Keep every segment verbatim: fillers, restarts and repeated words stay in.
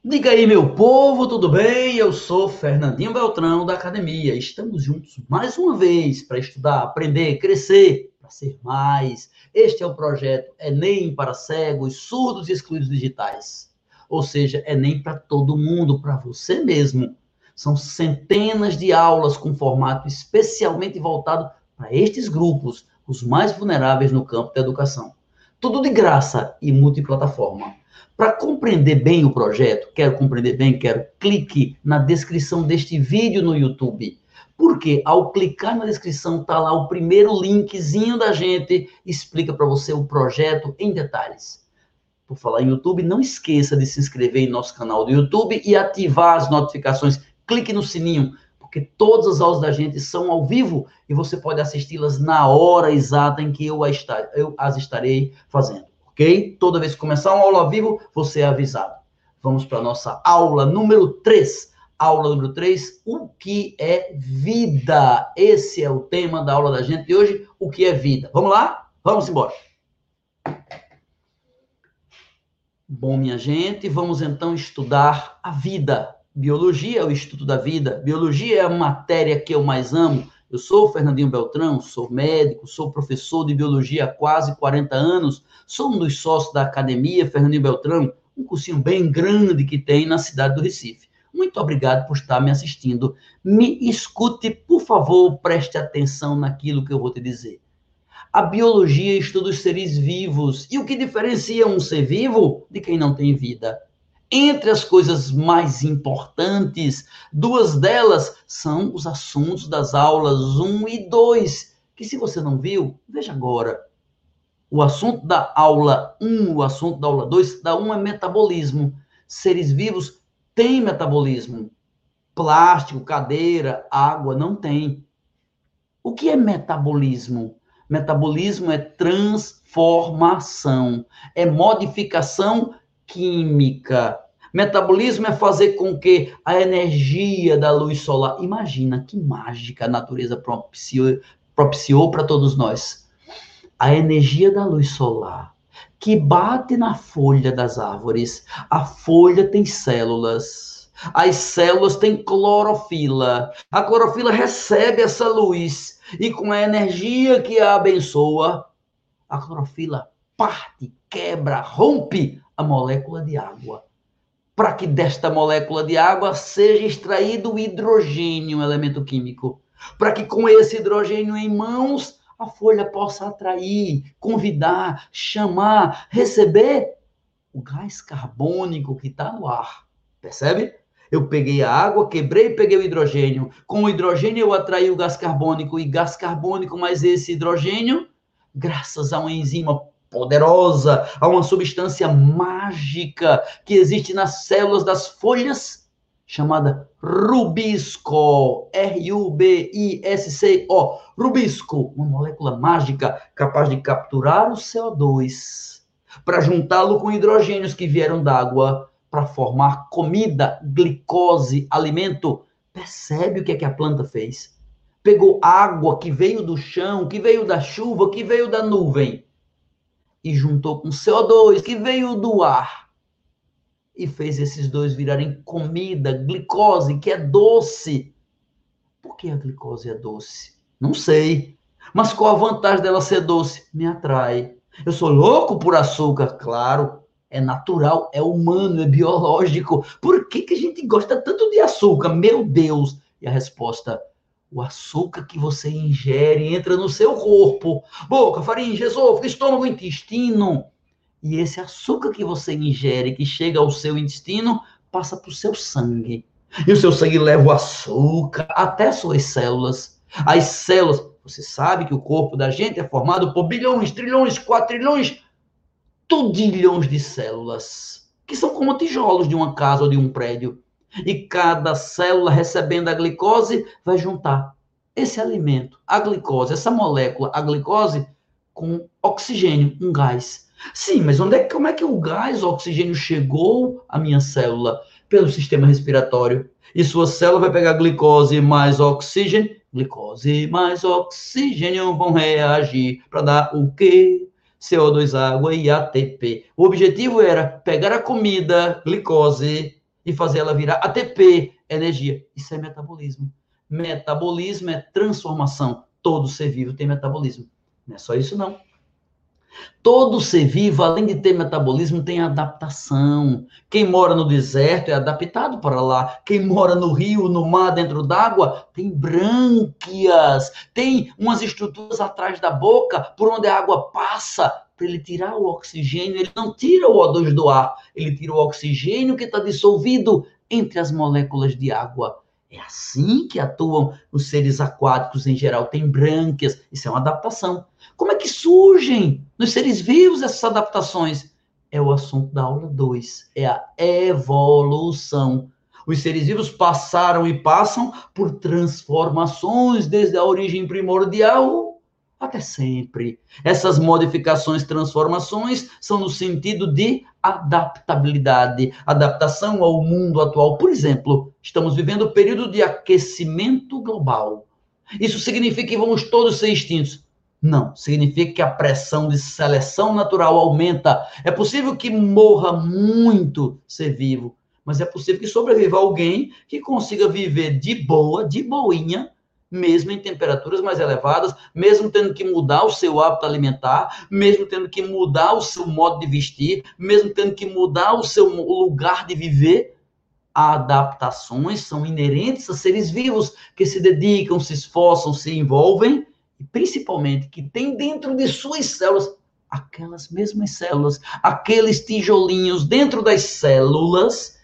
Diga aí, meu povo, tudo bem? Eu sou Fernandinho Beltrão da academia. Estamos juntos mais uma vez para estudar, aprender, crescer, para ser mais. Este é o projeto Enem para cegos, surdos e excluídos digitais. Ou seja, Enem para todo mundo, para você mesmo. São centenas de aulas com formato especialmente voltado para estes grupos, os mais vulneráveis no campo da educação. Tudo de graça e multiplataforma. Para compreender bem o projeto, quero compreender bem, quero clique na descrição deste vídeo no YouTube. Porque ao clicar na descrição está lá o primeiro linkzinho da gente, explica para você o projeto em detalhes. Por falar em YouTube, não esqueça de se inscrever em nosso canal do YouTube e ativar as notificações. Clique no sininho, porque todas as aulas da gente são ao vivo e você pode assisti-las na hora exata em que eu as estarei fazendo. Ok? Toda vez que começar uma aula ao vivo, você é avisado. Vamos para a nossa aula número três. Aula número três, o que é vida? Esse é o tema da aula da gente de hoje, o que é vida. Vamos lá? Vamos embora. Bom, minha gente, vamos então estudar a vida. Biologia é o estudo da vida. Biologia é a matéria que eu mais amo. Eu sou o Fernandinho Beltrão, sou médico, sou professor de biologia há quase quarenta anos, sou um dos sócios da academia Fernandinho Beltrão, um cursinho bem grande que tem na cidade do Recife. Muito obrigado por estar me assistindo. Me escute, por favor, preste atenção naquilo que eu vou te dizer. A biologia estuda os seres vivos. E o que diferencia um ser vivo de quem não tem vida? Entre as coisas mais importantes, duas delas são os assuntos das aulas um e dois, que se você não viu, veja agora. O assunto da aula um, o assunto da aula dois, da um é metabolismo. Seres vivos têm metabolismo. Plástico, cadeira, água, não tem. O que é metabolismo? Metabolismo é transformação, é modificação química. Metabolismo é fazer com que a energia da luz solar, imagina que mágica a natureza propiciou, propiciou para todos nós. A energia da luz solar que bate na folha das árvores. A folha tem células. As células têm clorofila. A clorofila recebe essa luz e com a energia que a abençoa, a clorofila parte, quebra, rompe a molécula de água. Para que desta molécula de água seja extraído o hidrogênio, um elemento químico. Para que com esse hidrogênio em mãos, a folha possa atrair, convidar, chamar, receber o gás carbônico que está no ar. Percebe? Eu peguei a água, quebrei e peguei o hidrogênio. Com o hidrogênio eu atraí o gás carbônico e gás carbônico mais esse hidrogênio, graças a uma enzima poderosa, a uma substância mágica que existe nas células das folhas, chamada rubisco, R U B I S C O, rubisco, uma molécula mágica capaz de capturar o C O dois para juntá-lo com hidrogênios que vieram da água para formar comida, glicose, alimento. Percebe o que é que a planta fez? Pegou água que veio do chão, que veio da chuva, que veio da nuvem, e juntou com C O dois, que veio do ar, e fez esses dois virarem comida, glicose, que é doce. Por que a glicose é doce? Não sei. Mas qual a vantagem dela ser doce? Me atrai. Eu sou louco por açúcar, claro. É natural, é humano, é biológico. Por que, que a gente gosta tanto de açúcar? Meu Deus! E a resposta: o açúcar que você ingere entra no seu corpo. Boca, faringe, esôfago, estômago, intestino. E esse açúcar que você ingere, que chega ao seu intestino, passa para o seu sangue. E o seu sangue leva o açúcar até suas células. As células, você sabe que o corpo da gente é formado por bilhões, trilhões, quatrilhões, tudilhões de células, que são como tijolos de uma casa ou de um prédio. E cada célula, recebendo a glicose, vai juntar esse alimento, a glicose, essa molécula, a glicose, com oxigênio, um gás. Sim, mas onde é, como é que o gás, o oxigênio, chegou à minha célula? Pelo sistema respiratório. E sua célula vai pegar glicose mais oxigênio, glicose mais oxigênio vão reagir para dar o quê? C O dois, água e A T P. O objetivo era pegar a comida, glicose, e fazer ela virar A T P, energia. Isso é metabolismo. Metabolismo é transformação. Todo ser vivo tem metabolismo. Não é só isso, não. Todo ser vivo, além de ter metabolismo, tem adaptação. Quem mora no deserto é adaptado para lá. Quem mora no rio, no mar, dentro d'água, tem brânquias. Tem umas estruturas atrás da boca, por onde a água passa, para ele tirar o oxigênio. Ele não tira o O dois do ar, ele tira o oxigênio que está dissolvido entre as moléculas de água. É assim que atuam os seres aquáticos em geral. Tem brânquias. Isso é uma adaptação. Como é que surgem nos seres vivos essas adaptações? É o assunto da aula dois. É a evolução. Os seres vivos passaram e passam por transformações desde a origem primordial até sempre. Essas modificações, transformações, são no sentido de adaptabilidade, adaptação ao mundo atual. Por exemplo, estamos vivendo um período de aquecimento global. Isso significa que vamos todos ser extintos? Não, significa que a pressão de seleção natural aumenta. É possível que morra muito ser vivo, mas é possível que sobreviva alguém que consiga viver de boa, de boinha, mesmo em temperaturas mais elevadas, mesmo tendo que mudar o seu hábito alimentar, mesmo tendo que mudar o seu modo de vestir, mesmo tendo que mudar o seu lugar de viver. Adaptações são inerentes a seres vivos que se dedicam, se esforçam, se envolvem, e principalmente que têm dentro de suas células aquelas mesmas células, aqueles tijolinhos. Dentro das células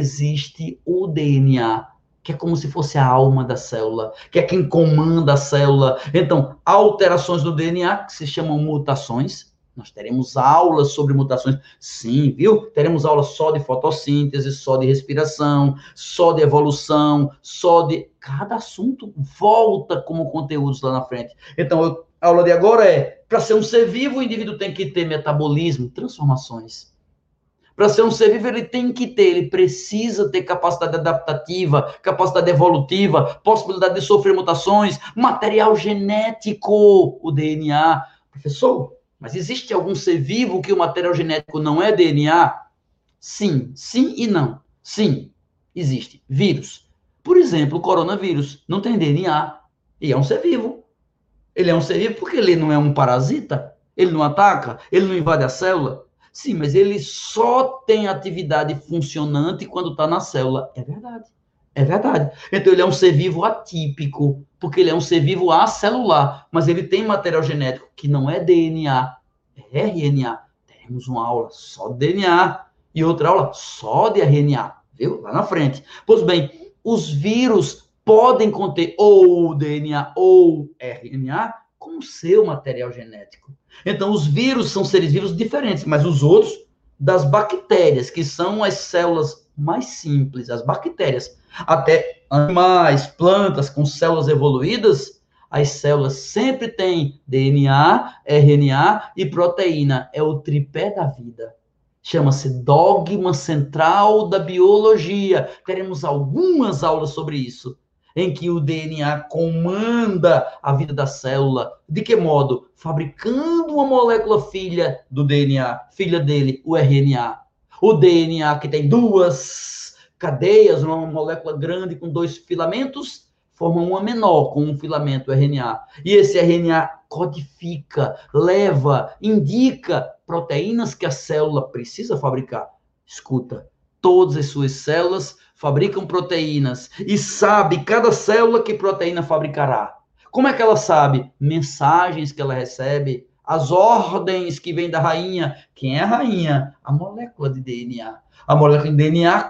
existe o D N A, que é como se fosse a alma da célula, que é quem comanda a célula. Então, alterações do D N A, que se chamam mutações. Nós teremos aulas sobre mutações. Sim, viu? Teremos aulas só de fotossíntese, só de respiração, só de evolução, só de... Cada assunto volta como conteúdos lá na frente. Então, a aula de agora é, para ser um ser vivo, o indivíduo tem que ter metabolismo, transformações. Para ser um ser vivo, ele tem que ter, ele precisa ter capacidade adaptativa, capacidade evolutiva, possibilidade de sofrer mutações, material genético, o D N A. Professor, mas existe algum ser vivo que o material genético não é D N A? Sim, sim e não. Sim, existe. Vírus. Por exemplo, o coronavírus não tem D N A e é um ser vivo. Ele é um ser vivo porque ele não é um parasita, ele não ataca, ele não invade a célula. Sim, mas ele só tem atividade funcionante quando está na célula. É verdade. É verdade. Então, ele é um ser vivo atípico, porque ele é um ser vivo acelular, mas ele tem material genético que não é D N A, é R N A. Teremos uma aula só de D N A e outra aula só de R N A, viu? Lá na frente. Pois bem, os vírus podem conter ou D N A ou R N A como seu material genético. Então, os vírus são seres vivos diferentes, mas os outros, das bactérias, que são as células mais simples, as bactérias, até animais, plantas com células evoluídas, as células sempre têm D N A, R N A e proteína. É o tripé da vida. Chama-se dogma central da biologia. Teremos algumas aulas sobre isso, em que o D N A comanda a vida da célula. De que modo? Fabricando uma molécula filha do D N A, filha dele, o R N A. O D N A que tem duas cadeias, uma molécula grande com dois filamentos, forma uma menor com um filamento R N A. E esse R N A codifica, leva, indica proteínas que a célula precisa fabricar. Escuta, todas as suas células fabricam proteínas e sabe cada célula que proteína fabricará. Como é que ela sabe? Mensagens que ela recebe, as ordens que vêm da rainha. Quem é a rainha? A molécula de D N A. A molécula de D N A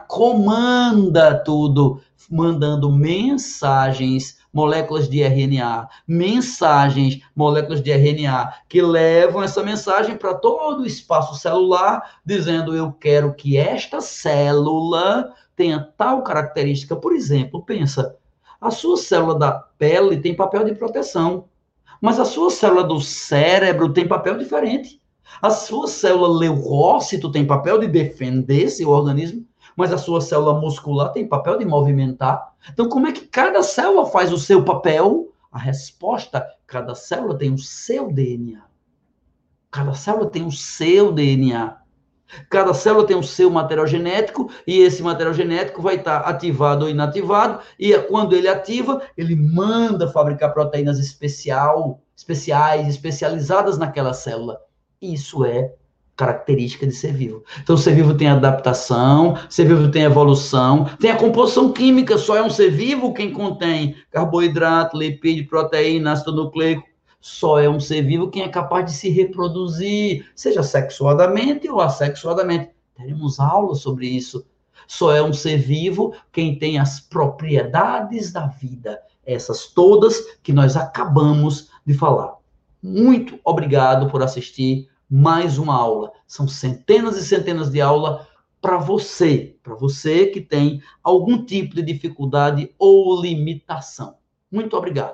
comanda tudo, mandando mensagens, moléculas de R N A, mensagens, moléculas de R N A, que levam essa mensagem para todo o espaço celular, dizendo: eu quero que esta célula tenha tal característica. Por exemplo, pensa, a sua célula da pele tem papel de proteção, mas a sua célula do cérebro tem papel diferente. A sua célula leucócito tem papel de defender seu organismo, mas a sua célula muscular tem papel de movimentar. Então, como é que cada célula faz o seu papel? A resposta, cada célula tem o seu D N A. Cada célula tem o seu D N A. Cada célula tem o seu material genético e esse material genético vai estar ativado ou inativado e quando ele ativa, ele manda fabricar proteínas especial, especiais, especializadas naquela célula. Isso é característica de ser vivo. Então, o ser vivo tem adaptação, o ser vivo tem evolução, tem a composição química, só é um ser vivo quem contém carboidrato, lipídio, proteína, ácido nucleico. Só é um ser vivo quem é capaz de se reproduzir, seja sexuadamente ou assexuadamente. Teremos aulas sobre isso. Só é um ser vivo quem tem as propriedades da vida, essas todas que nós acabamos de falar. Muito obrigado por assistir mais uma aula. São centenas e centenas de aulas para você, para você que tem algum tipo de dificuldade ou limitação. Muito obrigado.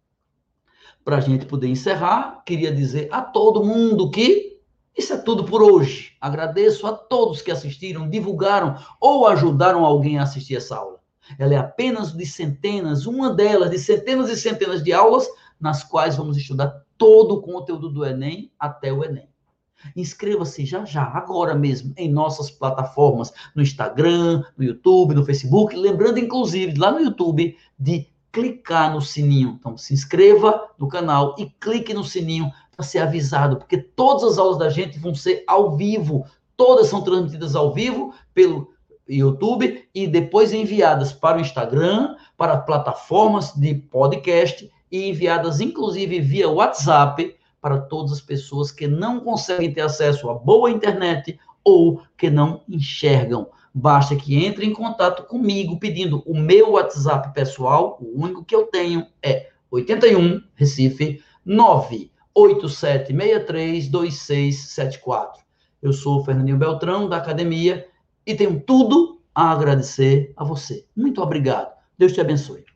Para a gente poder encerrar, queria dizer a todo mundo que isso é tudo por hoje. Agradeço a todos que assistiram, divulgaram ou ajudaram alguém a assistir essa aula. Ela é apenas de centenas, uma delas de centenas e centenas de aulas, nas quais vamos estudar todo o conteúdo do Enem até o Enem. Inscreva-se já já, agora mesmo, em nossas plataformas, no Instagram, no YouTube, no Facebook, lembrando, inclusive, lá no YouTube, de clicar no sininho. Então, se inscreva no canal e clique no sininho para ser avisado, porque todas as aulas da gente vão ser ao vivo. Todas são transmitidas ao vivo pelo YouTube e depois enviadas para o Instagram, para plataformas de podcast e enviadas, inclusive, via WhatsApp para todas as pessoas que não conseguem ter acesso a boa internet ou que não enxergam. Basta que entre em contato comigo pedindo o meu WhatsApp pessoal, o único que eu tenho é oitenta e um, Recife, nove oito sete seis três dois seis sete quatro. Eu sou o Fernandinho Beltrão, da academia, e tenho tudo a agradecer a você. Muito obrigado. Deus te abençoe.